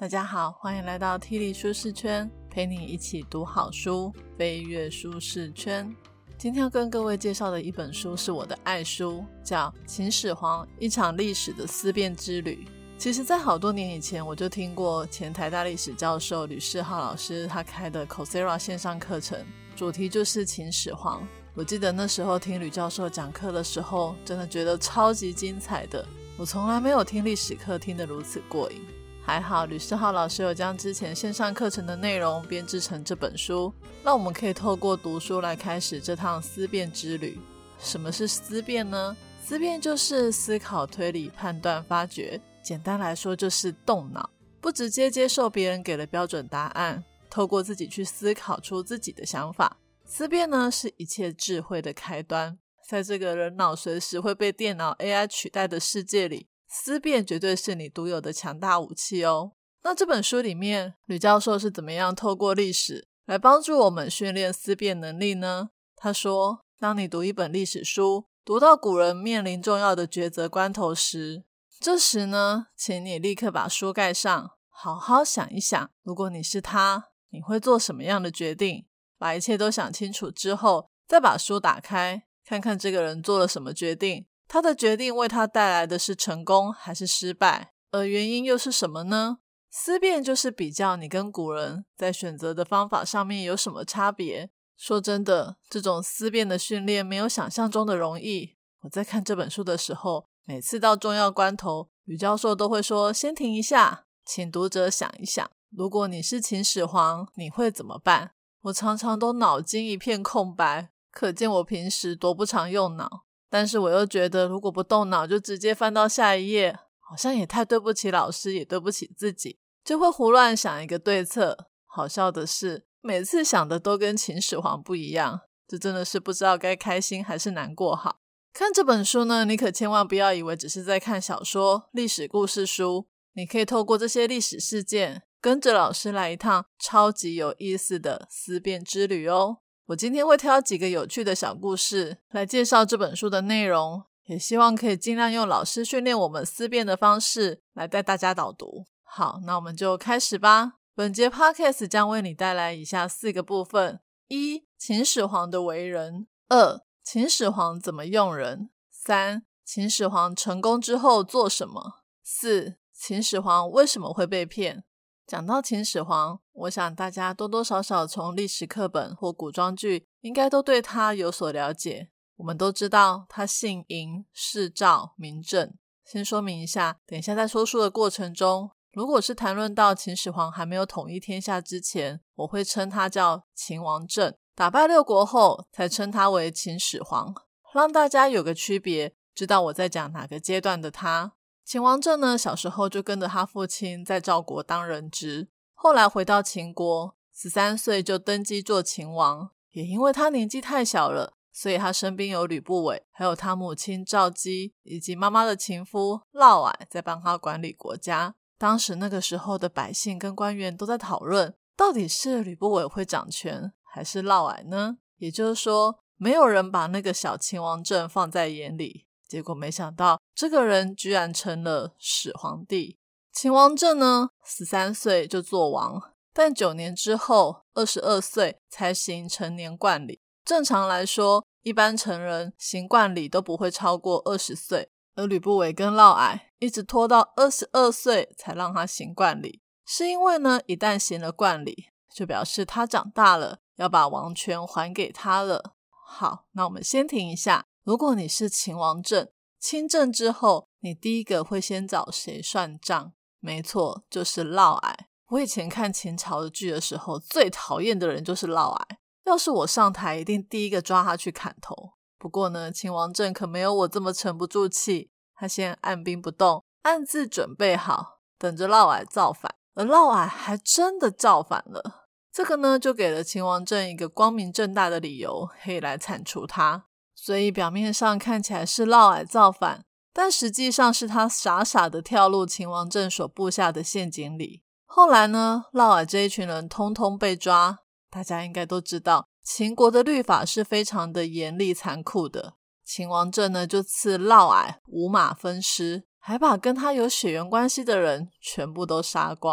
大家好，欢迎来到 T 力舒适圈，陪你一起读好书，飞跃舒适圈。今天要跟各位介绍的一本书是我的爱书，叫《秦始皇：一场历史的思辨之旅》。其实在好多年以前我就听过前台大历史教授吕世浩老师他开的 Coursera 线上课程，主题就是秦始皇。我记得那时候听吕教授讲课的时候，真的觉得超级精彩的，我从来没有听历史课听得如此过瘾。还好吕世浩老师有将之前线上课程的内容编制成这本书，让我们可以透过读书来开始这趟思辨之旅。什么是思辨呢？思辨就是思考、推理、判断、发掘，简单来说就是动脑，不直接接受别人给的标准答案，透过自己去思考出自己的想法。思辨呢，是一切智慧的开端。在这个人脑随时会被电脑 AI 取代的世界里，思辨绝对是你独有的强大武器哦。那这本书里面，吕教授是怎么样透过历史来帮助我们训练思辨能力呢？他说，当你读一本历史书，读到古人面临重要的抉择关头时，这时呢，请你立刻把书盖上，好好想一想，如果你是他，你会做什么样的决定？把一切都想清楚之后，再把书打开，看看这个人做了什么决定，他的决定为他带来的是成功还是失败，而原因又是什么呢？思辨就是比较你跟古人在选择的方法上面有什么差别。说真的，这种思辨的训练没有想象中的容易。我在看这本书的时候，每次到重要关头，吕教授都会说，先停一下，请读者想一想，如果你是秦始皇，你会怎么办？我常常都脑筋一片空白，可见我平时多不常用脑。但是我又觉得，如果不动脑就直接翻到下一页，好像也太对不起老师，也对不起自己，就会胡乱想一个对策。好笑的是，每次想的都跟秦始皇不一样，这真的是不知道该开心还是难过好。看这本书呢，你可千万不要以为只是在看小说、历史故事书，你可以透过这些历史事件，跟着老师来一趟超级有意思的思辨之旅哦。我今天会挑几个有趣的小故事来介绍这本书的内容，也希望可以尽量用老师训练我们思辨的方式来带大家导读。好，那我们就开始吧。本节 Podcast 将为你带来以下4个部分： 1. 秦始皇的为人； 2. 秦始皇怎么用人； 3. 秦始皇成功之后做什么； 4. 秦始皇为什么会被骗。讲到秦始皇，我想大家多多少少从历史课本或古装剧应该都对他有所了解。我们都知道他姓嬴，氏赵，名政。先说明一下，等一下在说书的过程中，如果是谈论到秦始皇还没有统一天下之前，我会称他叫秦王政，打败6国后才称他为秦始皇，让大家有个区别，知道我在讲哪个阶段的他。秦王政呢，小时候就跟着他父亲在赵国当人质，后来回到秦国，13岁就登基做秦王。也因为他年纪太小了，所以他身边有吕不韦，还有他母亲赵姬，以及妈妈的情夫嫪毐在帮他管理国家。当时那个时候的百姓跟官员都在讨论，到底是吕不韦会掌权，还是嫪毐呢？也就是说，没有人把那个小秦王政放在眼里。结果没想到，这个人居然成了始皇帝。秦王政呢，13岁就做王，但9年之后22岁才行成年冠礼。正常来说，一般成人行冠礼都不会超过20岁，而吕不韦跟嫪毐一直拖到22岁才让他行冠礼，是因为呢，一旦行了冠礼，就表示他长大了，要把王权还给他了。好，那我们先停一下。如果你是秦王政，亲政之后，你第一个会先找谁算账？没错，就是嫪毐。我以前看秦朝的剧的时候，最讨厌的人就是嫪毐。要是我上台，一定第一个抓他去砍头。不过呢，秦王政可没有我这么沉不住气，他先按兵不动，暗自准备好，等着嫪毐造反。而嫪毐还真的造反了。这个呢，就给了秦王政一个光明正大的理由，可以来铲除他。所以表面上看起来是嫪毐造反，但实际上是他傻傻的跳入秦王政所布下的陷阱里。后来呢，嫪毐这一群人通通被抓。大家应该都知道，秦国的律法是非常的严厉残酷的。秦王政呢，就赐嫪毐五马分尸，还把跟他有血缘关系的人全部都杀光。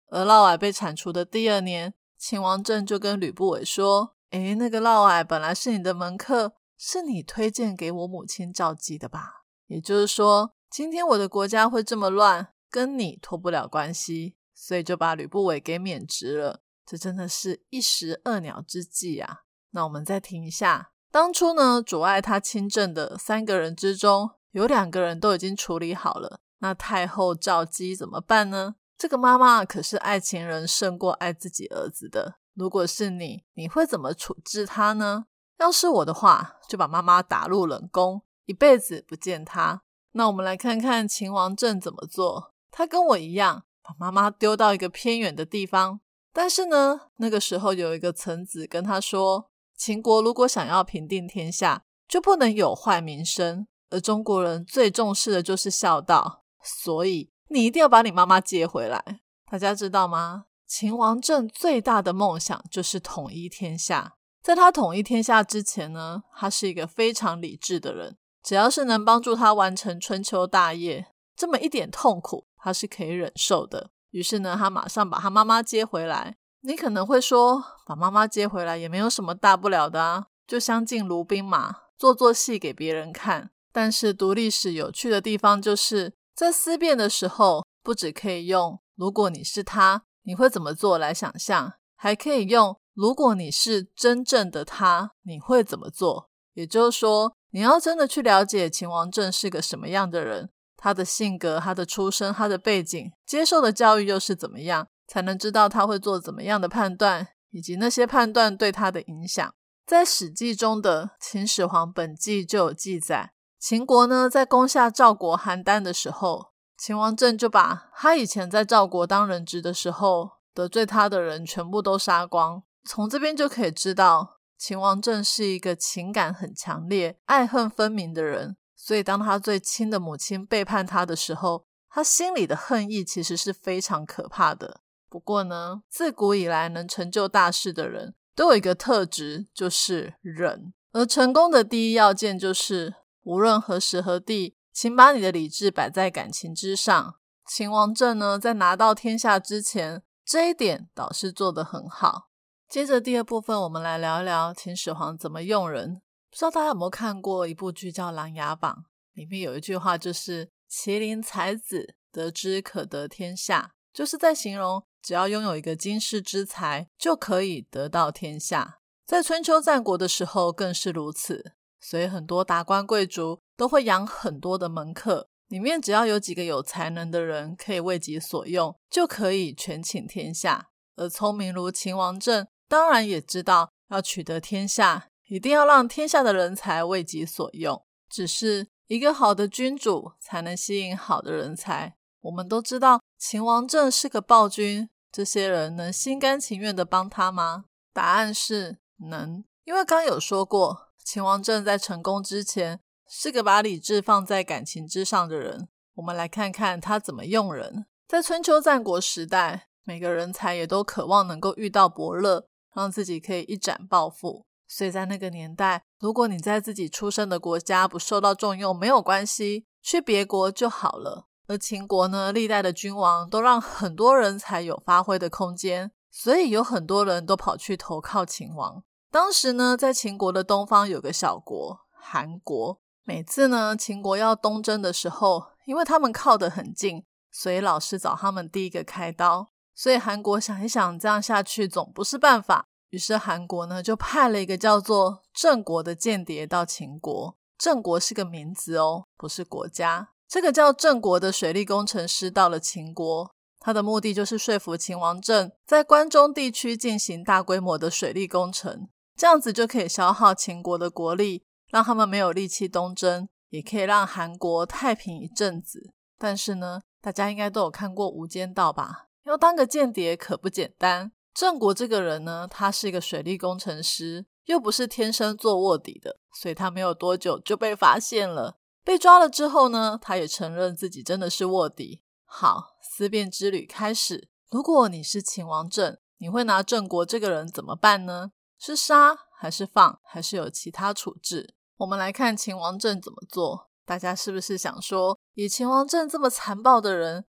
而嫪毐被铲除的第2年，秦王政就跟吕不韦说，那个嫪毐本来是你的门客，是你推荐给我母亲赵姬的吧？也就是说，今天我的国家会这么乱，跟你脱不了关系，所以就把吕不韦给免职了。这真的是一石二鸟之计啊。那我们再听一下，当初呢，阻碍他亲政的3个人之中，有2个人都已经处理好了，那太后赵姬怎么办呢？这个妈妈可是爱情人胜过爱自己儿子的，如果是你，你会怎么处置她呢？要是我的话，就把妈妈打入冷宫，一辈子不见她。那我们来看看秦王政怎么做。他跟我一样，把妈妈丢到一个偏远的地方，但是呢，那个时候有一个臣子跟他说，秦国如果想要平定天下，就不能有坏名声，而中国人最重视的就是孝道，所以你一定要把你妈妈接回来。大家知道吗？秦王政最大的梦想就是统一天下。在他统一天下之前呢，他是一个非常理智的人，只要是能帮助他完成春秋大业，这么一点痛苦他是可以忍受的。于是呢，他马上把他妈妈接回来。你可能会说，把妈妈接回来也没有什么大不了的啊，就相敬如宾嘛，做戏给别人看。但是读历史有趣的地方就是，在思辨的时候，不只可以用如果你是他，你会怎么做来想象，还可以用如果你是真正的他，你会怎么做。也就是说，你要真的去了解秦王政是个什么样的人，他的性格，他的出身，他的背景，接受的教育又是怎么样，才能知道他会做怎么样的判断，以及那些判断对他的影响。在史记中的《秦始皇本纪》就有记载，秦国呢在攻下赵国邯郸的时候，秦王政就把他以前在赵国当人质的时候得罪他的人全部都杀光。从这边就可以知道，秦王政是一个情感很强烈、爱恨分明的人，所以当他最亲的母亲背叛他的时候，他心里的恨意其实是非常可怕的。不过呢，自古以来能成就大事的人都有一个特质，就是忍。而成功的第一要件就是，无论何时何地，请把你的理智摆在感情之上。秦王政呢，在拿到天下之前，这一点倒是做得很好。接着第二部分，我们来聊一聊秦始皇怎么用人。不知道大家有没有看过一部剧叫《琅琊榜》，里面有一句话就是麒麟才子，得之可得天下，就是在形容只要拥有一个经世之才，就可以得到天下。在春秋战国的时候更是如此，所以很多达官贵族都会养很多的门客，里面只要有几个有才能的人可以为己所用，就可以权倾天下。而聪明如秦王政当然也知道，要取得天下，一定要让天下的人才为己所用。只是一个好的君主才能吸引好的人才。我们都知道秦王政是个暴君，这些人能心甘情愿地帮他吗？答案是能，因为刚有说过，秦王政在成功之前是个把理智放在感情之上的人。我们来看看他怎么用人。在春秋战国时代，每个人才也都渴望能够遇到伯乐，让自己可以一展抱负。所以在那个年代，如果你在自己出生的国家不受到重用，没有关系，去别国就好了。而秦国呢，历代的君王都让很多人才有发挥的空间，所以有很多人都跑去投靠秦王。当时呢，在秦国的东方有个小国韩国，每次呢秦国要东征的时候，因为他们靠得很近，所以老是找他们第一个开刀。所以韩国想一想，这样下去总不是办法，于是韩国呢就派了一个叫做郑国的间谍到秦国。郑国是个名字哦，不是国家。这个叫郑国的水利工程师到了秦国，他的目的就是说服秦王政在关中地区进行大规模的水利工程，这样子就可以消耗秦国的国力，让他们没有力气东征，也可以让韩国太平一阵子。但是呢，大家应该都有看过《无间道》吧？要当个间谍可不简单。郑国这个人呢，他是一个水利工程师，又不是天生做卧底的，所以他没有多久就被发现了。被抓了之后呢，他也承认自己真的是卧底。好，思辨之旅开始。如果你是秦王政，你会拿郑国这个人怎么办呢？是杀还是放，还是有其他处置？我们来看秦王政怎么做。大家是不是想说，以秦王政这么残暴的人，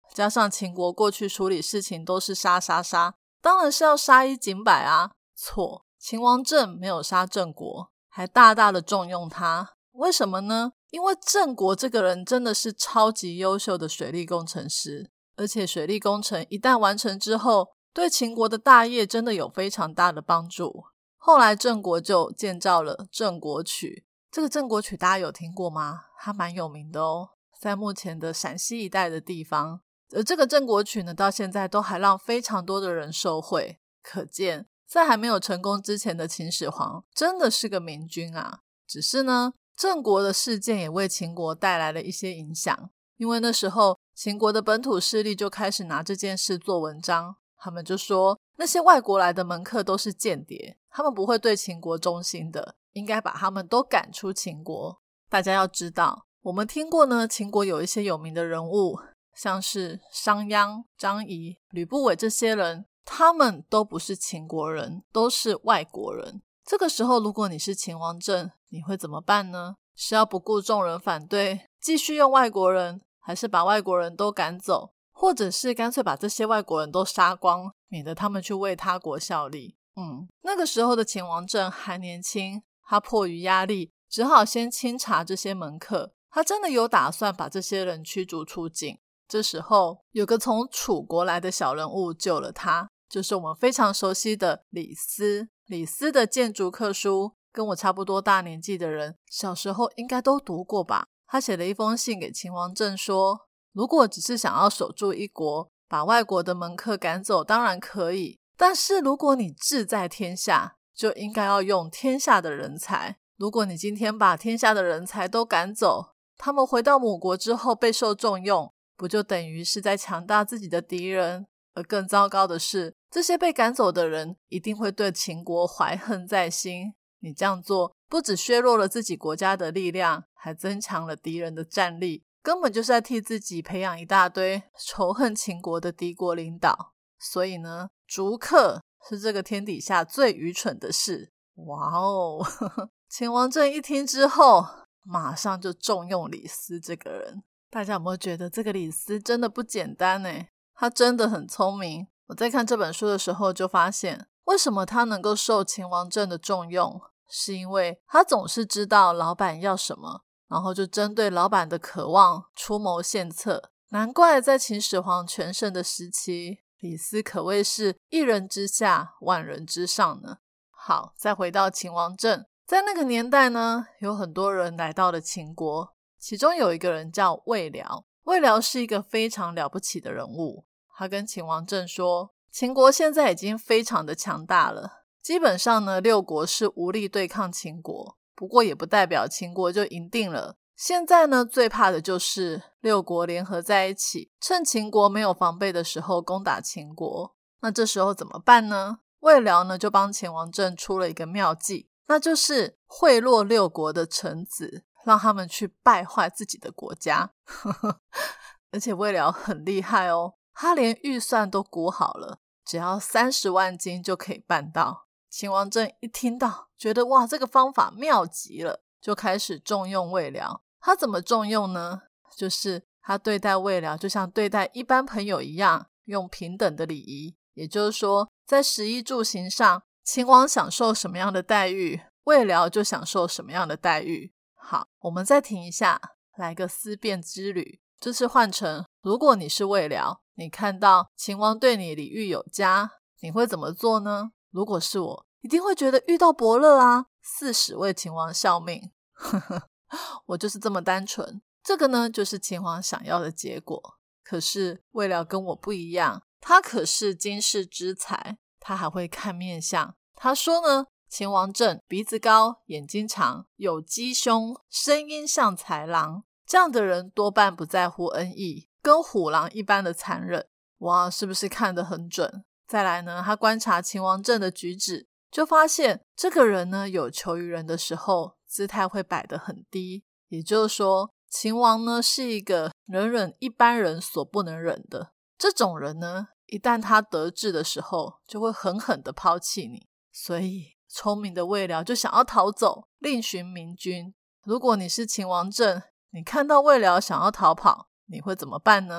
加上秦国过去处理事情都是杀杀杀，当然是要杀一儆百啊。错，秦王政没有杀郑国，还大大的重用他。为什么呢？因为郑国这个人真的是超级优秀的水利工程师，而且水利工程一旦完成之后，对秦国的大业真的有非常大的帮助。后来郑国就建造了郑国渠，这个郑国渠大家有听过吗？它蛮有名的哦，在目前的陕西一带的地方。而这个郑国渠呢，到现在都还让非常多的人受惠，可见在还没有成功之前的秦始皇真的是个明君啊。只是呢，郑国的事件也为秦国带来了一些影响，因为那时候秦国的本土势力就开始拿这件事做文章，他们就说那些外国来的门客都是间谍，他们不会对秦国忠心的，应该把他们都赶出秦国。大家要知道，我们听过呢，秦国有一些有名的人物，像是商鞅、张仪、吕不韦这些人，他们都不是秦国人，都是外国人。这个时候如果你是秦王政，你会怎么办呢？是要不顾众人反对继续用外国人，还是把外国人都赶走，或者是干脆把这些外国人都杀光，免得他们去为他国效力。那个时候的秦王政还年轻，他迫于压力只好先清查这些门客，他真的有打算把这些人驱逐出境。这时候有个从楚国来的小人物救了他，就是我们非常熟悉的李斯。李斯的谏逐客书跟我差不多大年纪的人小时候应该都读过吧。他写了一封信给秦王政说，如果只是想要守住一国，把外国的门客赶走当然可以，但是如果你志在天下，就应该要用天下的人才。如果你今天把天下的人才都赶走，他们回到母国之后备受重用，不就等于是在强大自己的敌人？而更糟糕的是，这些被赶走的人一定会对秦国怀恨在心。你这样做不只削弱了自己国家的力量，还增强了敌人的战力，根本就是在替自己培养一大堆仇恨秦国的敌国领导。所以呢，逐客是这个天底下最愚蠢的事。哇哦秦王政一听之后，马上就重用李斯这个人。大家有没有觉得这个李斯真的不简单呢？他真的很聪明。我在看这本书的时候就发现，为什么他能够受秦王政的重用，是因为他总是知道老板要什么，然后就针对老板的渴望出谋献策。难怪在秦始皇全盛的时期，李斯可谓是一人之下万人之上呢。好，再回到秦王政，在那个年代呢，有很多人来到了秦国，其中有一个人叫魏辽。魏辽是一个非常了不起的人物，他跟秦王政说，秦国现在已经非常的强大了，基本上呢六国是无力对抗秦国，不过也不代表秦国就赢定了。现在呢最怕的就是六国联合在一起，趁秦国没有防备的时候攻打秦国。那这时候怎么办呢？魏辽呢就帮秦王政出了一个妙计，那就是贿赂六国的臣子，让他们去败坏自己的国家而且魏辽很厉害哦，他连预算都估好了，只要30万金就可以办到。秦王政一听到觉得哇，这个方法妙极了，就开始重用魏辽。他怎么重用呢？就是他对待魏辽就像对待一般朋友一样，用平等的礼仪。也就是说，在食衣住行上，秦王享受什么样的待遇，魏辽就享受什么样的待遇。好，我们再停一下，来个思辨之旅。这次换成，如果你是魏辽，你看到秦王对你礼遇有加，你会怎么做呢？如果是我，一定会觉得遇到伯乐啊，誓死为秦王效命我就是这么单纯。这个呢，就是秦王想要的结果。可是魏辽跟我不一样，他可是经世之才，他还会看面相。他说呢，秦王政鼻子高，眼睛长，有鸡胸，声音像豺狼，这样的人多半不在乎恩义，跟虎狼一般的残忍。哇，是不是看得很准？再来呢，他观察秦王政的举止，就发现这个人呢，有求于人的时候，姿态会摆得很低。也就是说，秦王呢是一个能忍一般人所不能忍的。这种人呢，一旦他得志的时候，就会狠狠地抛弃你。所以聪明的魏辽就想要逃走，另寻明君。如果你是秦王政，你看到魏辽想要逃跑，你会怎么办呢？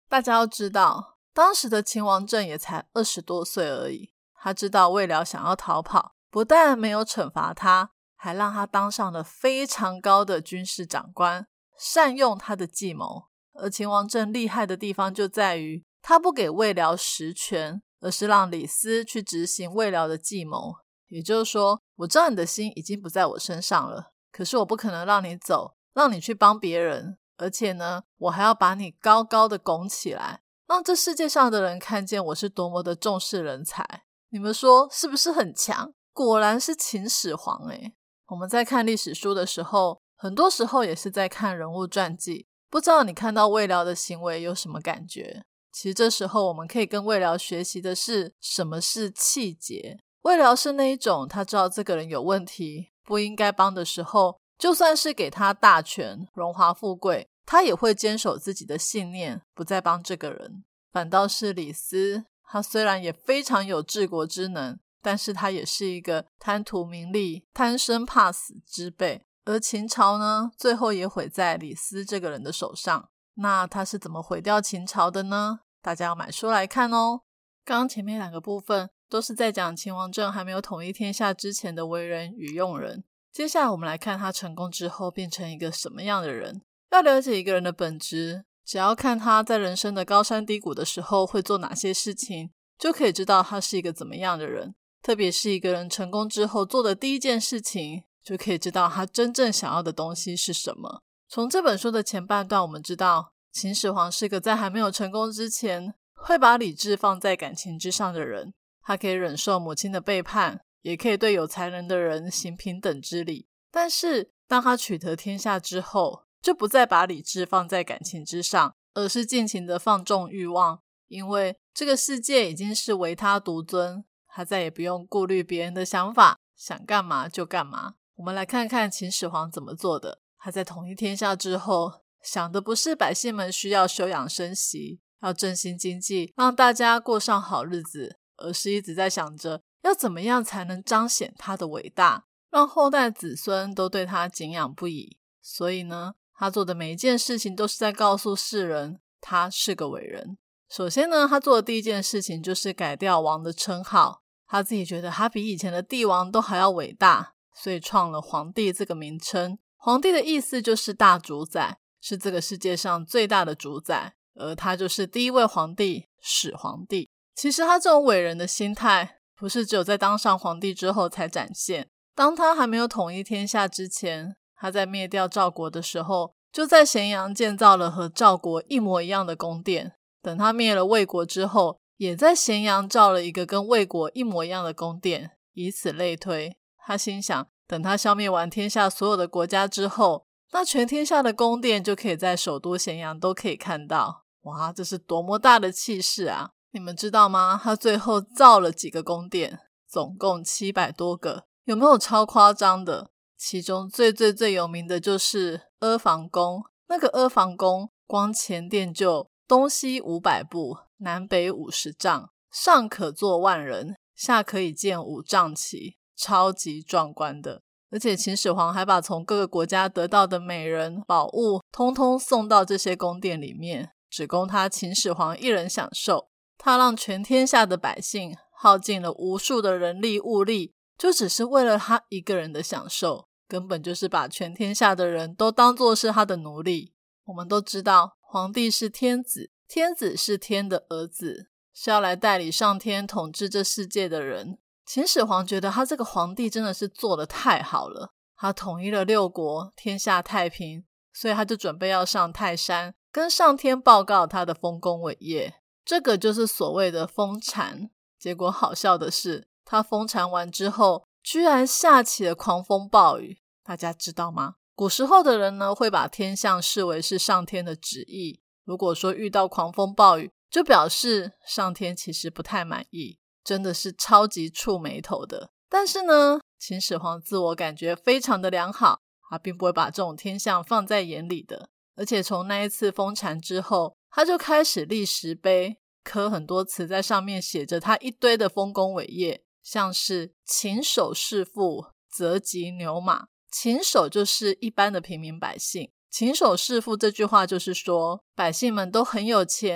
大家要知道，当时的秦王政也才20多岁而已，他知道魏辽想要逃跑，不但没有惩罚他，还让他当上了非常高的军事长官，善用他的计谋。而秦王政厉害的地方就在于，他不给魏辽实权，而是让李斯去执行魏辽的计谋。也就是说，我知道你的心已经不在我身上了，可是我不可能让你走，让你去帮别人，而且呢，我还要把你高高的拱起来，让这世界上的人看见我是多么的重视人才。你们说是不是很强？果然是秦始皇耶。我们在看历史书的时候，很多时候也是在看人物传记，不知道你看到魏辽的行为有什么感觉？其实这时候我们可以跟魏辽学习的是什么是气节。魏辽是那一种他知道这个人有问题，不应该帮的时候，就算是给他大权荣华富贵，他也会坚守自己的信念，不再帮这个人。反倒是李斯，他虽然也非常有治国之能，但是他也是一个贪图名利贪生怕死之辈。而秦朝呢，最后也毁在李斯这个人的手上。那他是怎么毁掉秦朝的呢？大家要买书来看哦。刚刚前面2个部分都是在讲秦王政还没有统一天下之前的为人与用人，接下来我们来看他成功之后变成一个什么样的人。要了解一个人的本质，只要看他在人生的高山低谷的时候会做哪些事情，就可以知道他是一个怎么样的人。特别是一个人成功之后做的第一件事情，就可以知道他真正想要的东西是什么。从这本书的前半段，我们知道秦始皇是个在还没有成功之前会把理智放在感情之上的人。他可以忍受母亲的背叛，也可以对有才能的人行平等之礼。但是当他取得天下之后，就不再把理智放在感情之上，而是尽情的放纵欲望。因为这个世界已经是唯他独尊，他再也不用顾虑别人的想法，想干嘛就干嘛。我们来看看秦始皇怎么做的。他在统一天下之后，想的不是百姓们需要休养生息，要振兴经济，让大家过上好日子，而是一直在想着要怎么样才能彰显他的伟大，让后代子孙都对他敬仰不已。所以呢，他做的每一件事情都是在告诉世人他是个伟人。首先呢，他做的第一件事情就是改掉王的称号。他自己觉得他比以前的帝王都还要伟大，所以创了皇帝这个名称。皇帝的意思就是大主宰，是这个世界上最大的主宰，而他就是第一位皇帝，始皇帝。其实他这种伟人的心态不是只有在当上皇帝之后才展现。当他还没有统一天下之前，他在灭掉赵国的时候，就在咸阳建造了和赵国一模一样的宫殿。等他灭了魏国之后，也在咸阳造了一个跟魏国一模一样的宫殿，以此类推。他心想，等他消灭完天下所有的国家之后，那全天下的宫殿就可以在首都咸阳都可以看到。哇，这是多么大的气势啊！你们知道吗？他最后造了几个宫殿？总共700多个。有没有超夸张的？其中最有名的就是阿房宫。那个阿房宫光前殿就东西500步，南北50丈，上可坐万人，下可以建5丈旗，超级壮观的。而且秦始皇还把从各个国家得到的美人宝物通通送到这些宫殿里面，只供他秦始皇一人享受。他让全天下的百姓耗尽了无数的人力物力，就只是为了他一个人的享受，根本就是把全天下的人都当作是他的奴隶。我们都知道皇帝是天子，天子是天的儿子，是要来代理上天统治这世界的人。秦始皇觉得他这个皇帝真的是做得太好了，他统一了6国，天下太平，所以他就准备要上泰山，跟上天报告他的丰功伟业。这个就是所谓的封禅。结果好笑的是，他封禅完之后，居然下起了狂风暴雨。大家知道吗？古时候的人呢，会把天象视为是上天的旨意。如果说遇到狂风暴雨，就表示上天其实不太满意，真的是超级触眉头的。但是呢，秦始皇自我感觉非常的良好，他并不会把这种天象放在眼里的。而且从那一次封禅之后，他就开始立石碑，刻很多词，在上面写着他一堆的丰功伟业，像是禽首弑父，择吉牛马。禽首就是一般的平民百姓，禽首弑父这句话就是说百姓们都很有钱，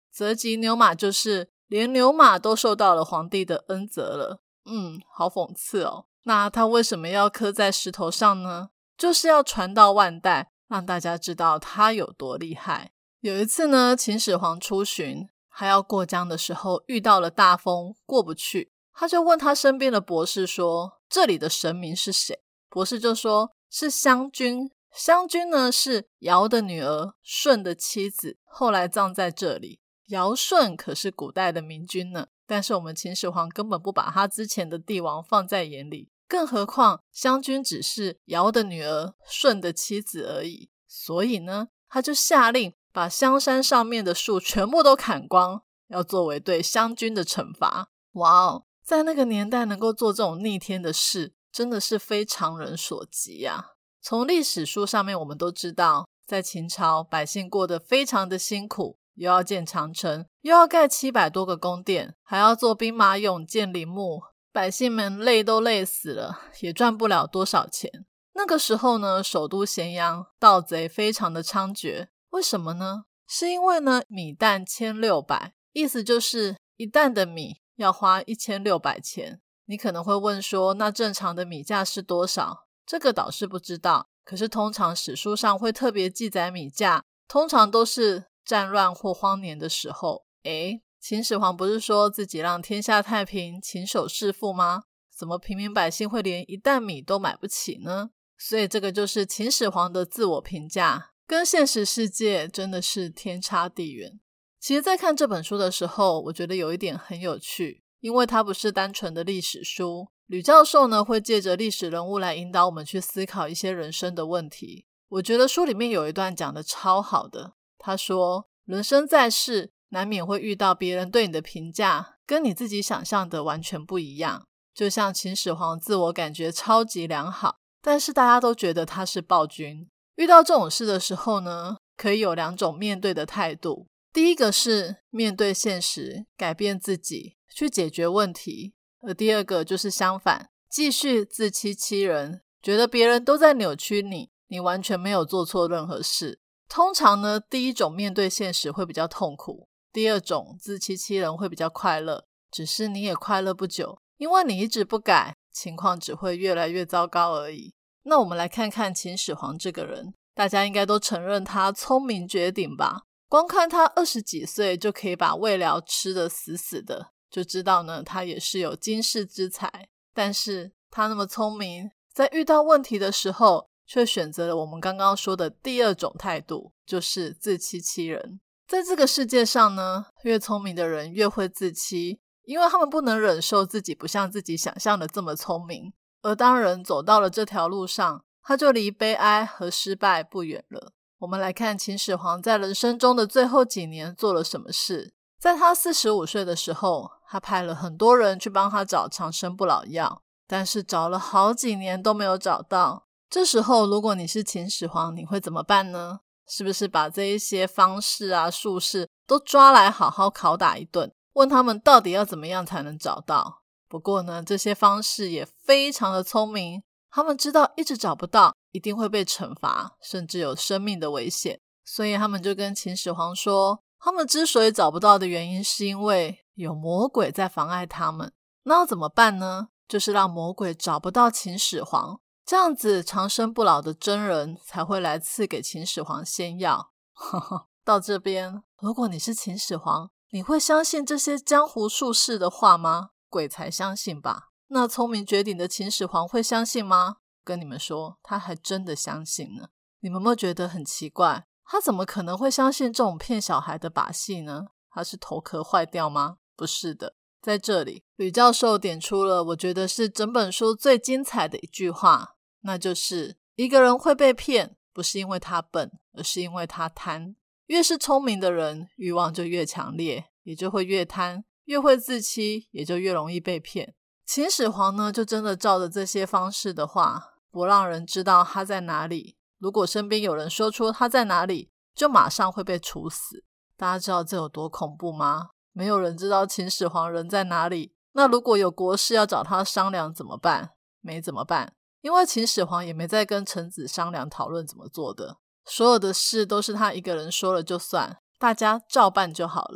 择吉牛马就是连牛马都受到了皇帝的恩泽了。好讽刺哦。那他为什么要刻在石头上呢？就是要传到万代，让大家知道他有多厉害。有一次呢，秦始皇出巡，还要过江的时候遇到了大风，过不去。他就问他身边的博士说，这里的神明是谁？博士就说是湘君。湘君呢是尧的女儿，舜的妻子，后来葬在这里。尧舜可是古代的明君呢，但是我们秦始皇根本不把他之前的帝王放在眼里，更何况湘君只是尧的女儿，舜的妻子而已。所以呢，他就下令把香山上面的树全部都砍光，要作为对湘君的惩罚。哇哦，在那个年代能够做这种逆天的事，真的是非常人所及啊。从历史书上面我们都知道，在秦朝百姓过得非常的辛苦，又要建长城，又要盖700多个宫殿，还要做兵马俑、建陵墓，百姓们累都累死了，也赚不了多少钱。那个时候呢，首都咸阳盗贼非常的猖獗。为什么呢？是因为呢，米担1600，意思就是一担的米要花1600钱。你可能会问说，那正常的米价是多少？这个倒是不知道，可是通常史书上会特别记载米价，通常都是战乱或荒年的时候。秦始皇不是说自己让天下太平，勤守士富吗？怎么平民百姓会连一担米都买不起呢？所以这个就是秦始皇的自我评价，跟现实世界真的是天差地远。其实在看这本书的时候，我觉得有一点很有趣，因为它不是单纯的历史书，吕教授呢会借着历史人物来引导我们去思考一些人生的问题。我觉得书里面有一段讲得超好的，他说人生在世难免会遇到别人对你的评价跟你自己想象的完全不一样，就像秦始皇自我感觉超级良好，但是大家都觉得他是暴君。遇到这种事的时候呢，可以有2种面对的态度。第一个是面对现实，改变自己，去解决问题。而第二个就是相反，继续自欺欺人，觉得别人都在扭曲你，你完全没有做错任何事。通常呢，第一种面对现实会比较痛苦，第二种自欺欺人会比较快乐，只是你也快乐不久，因为你一直不改，情况只会越来越糟糕而已。那我们来看看秦始皇这个人，大家应该都承认他聪明绝顶吧？光看他20几岁就可以把魏辽吃得死死的，就知道呢，他也是有经世之才。但是他那么聪明，在遇到问题的时候，却选择了我们刚刚说的第二种态度，就是自欺欺人。在这个世界上呢，越聪明的人越会自欺，因为他们不能忍受自己不像自己想象的这么聪明。而当人走到了这条路上，他就离悲哀和失败不远了。我们来看秦始皇在人生中的最后几年做了什么事。在他45岁的时候，他派了很多人去帮他找长生不老药，但是找了好几年都没有找到。这时候如果你是秦始皇，你会怎么办呢？是不是把这一些方士啊术士都抓来好好拷打一顿，问他们到底要怎么样才能找到？不过呢，这些方士也非常的聪明，他们知道一直找不到一定会被惩罚，甚至有生命的危险，所以他们就跟秦始皇说，他们之所以找不到的原因是因为有魔鬼在妨碍他们。那要怎么办呢？就是让魔鬼找不到秦始皇，这样子长生不老的真人才会来赐给秦始皇仙药。到这边，如果你是秦始皇，你会相信这些江湖术士的话吗？鬼才相信吧。那聪明绝顶的秦始皇会相信吗？跟你们说，他还真的相信呢。你们有没有觉得很奇怪？他怎么可能会相信这种骗小孩的把戏呢？他是头壳坏掉吗？不是的。在这里，吕教授点出了我觉得是整本书最精彩的一句话，那就是一个人会被骗，不是因为他笨，而是因为他贪。越是聪明的人，欲望就越强烈，也就会越贪，越会自欺，也就越容易被骗。秦始皇呢，就真的照着这些方式的话，不让人知道他在哪里。如果身边有人说出他在哪里，就马上会被处死。大家知道这有多恐怖吗？没有人知道秦始皇人在哪里，那如果有国事要找他商量怎么办？没怎么办，因为秦始皇也没在跟臣子商量讨论怎么做的，所有的事都是他一个人说了就算，大家照办就好了。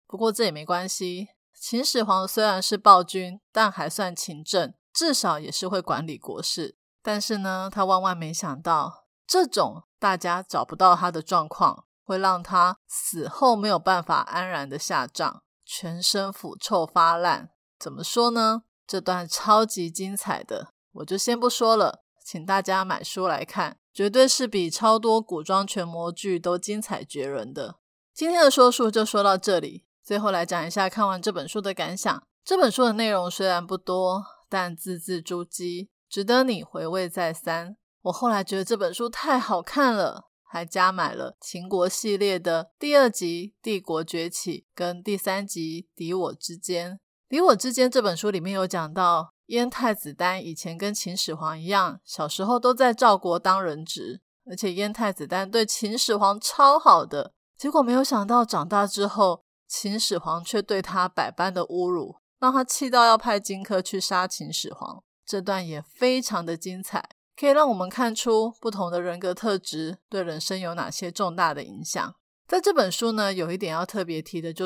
不过这也没关系，秦始皇虽然是暴君，但还算勤政，至少也是会管理国事。但是呢，他万万没想到，这种大家找不到他的状况，会让他死后没有办法安然的下葬，全身腐臭发烂。怎么说呢？这段超级精彩的，我就先不说了，请大家买书来看，绝对是比超多古装权谋剧都精彩绝伦的。今天的说书就说到这里，最后来讲一下看完这本书的感想。这本书的内容虽然不多，但字字珠玑，值得你回味再三。我后来觉得这本书太好看了，还加买了秦国系列的第2集《帝国崛起》跟第3集《敌我之间》。《敌我之间》这本书里面有讲到，燕太子丹以前跟秦始皇一样，小时候都在赵国当人质，而且燕太子丹对秦始皇超好的，结果没有想到长大之后，秦始皇却对他百般的侮辱，让他气到要派荆轲去杀秦始皇。这段也非常的精彩，可以让我们看出不同的人格特质对人生有哪些重大的影响。在这本书呢，有一点要特别提的就是，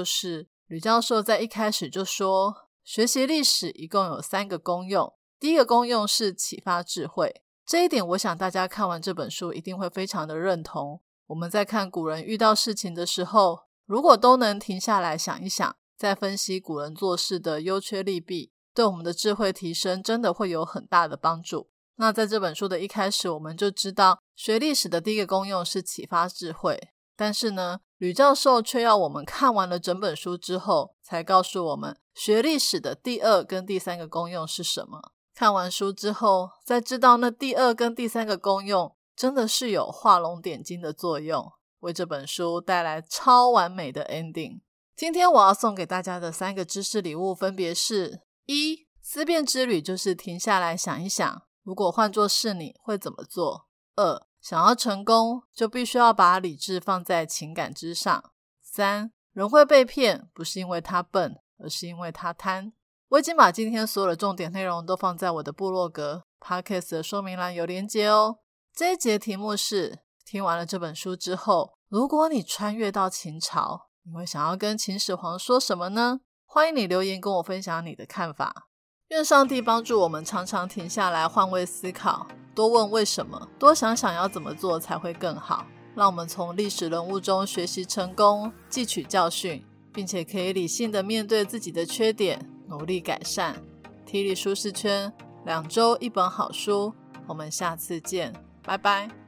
吕教授在一开始就说，学习历史一共有3个功用，第一个功用是启发智慧。这一点我想大家看完这本书一定会非常的认同。我们在看古人遇到事情的时候，如果都能停下来想一想，再分析古人做事的优缺利弊，对我们的智慧提升真的会有很大的帮助。那在这本书的一开始，我们就知道学历史的第一个功用是启发智慧，但是呢，吕教授却要我们看完了整本书之后，才告诉我们学历史的第2跟第3个功用是什么。看完书之后，再知道那第2跟第3个功用真的是有画龙点睛的作用，为这本书带来超完美的 ending。 今天我要送给大家的3个知识礼物分别是： 1. 思辨之旅就是停下来想一想，如果换作是你会怎么做。 2. 想要成功就必须要把理智放在情感之上。 3. 人会被骗，不是因为他笨，而是因为他贪。我已经把今天所有的重点内容都放在我的部落格 Podcast 的说明栏有连结哦。这一节题目是，听完了这本书之后，如果你穿越到秦朝，你会想要跟秦始皇说什么呢？欢迎你留言跟我分享你的看法。愿上帝帮助我们常常停下来换位思考，多问为什么，多想想要怎么做才会更好，让我们从历史人物中学习成功，汲取教训，并且可以理性的面对自己的缺点，努力改善。体理舒适圈，2周1本好书，我们下次见，拜拜。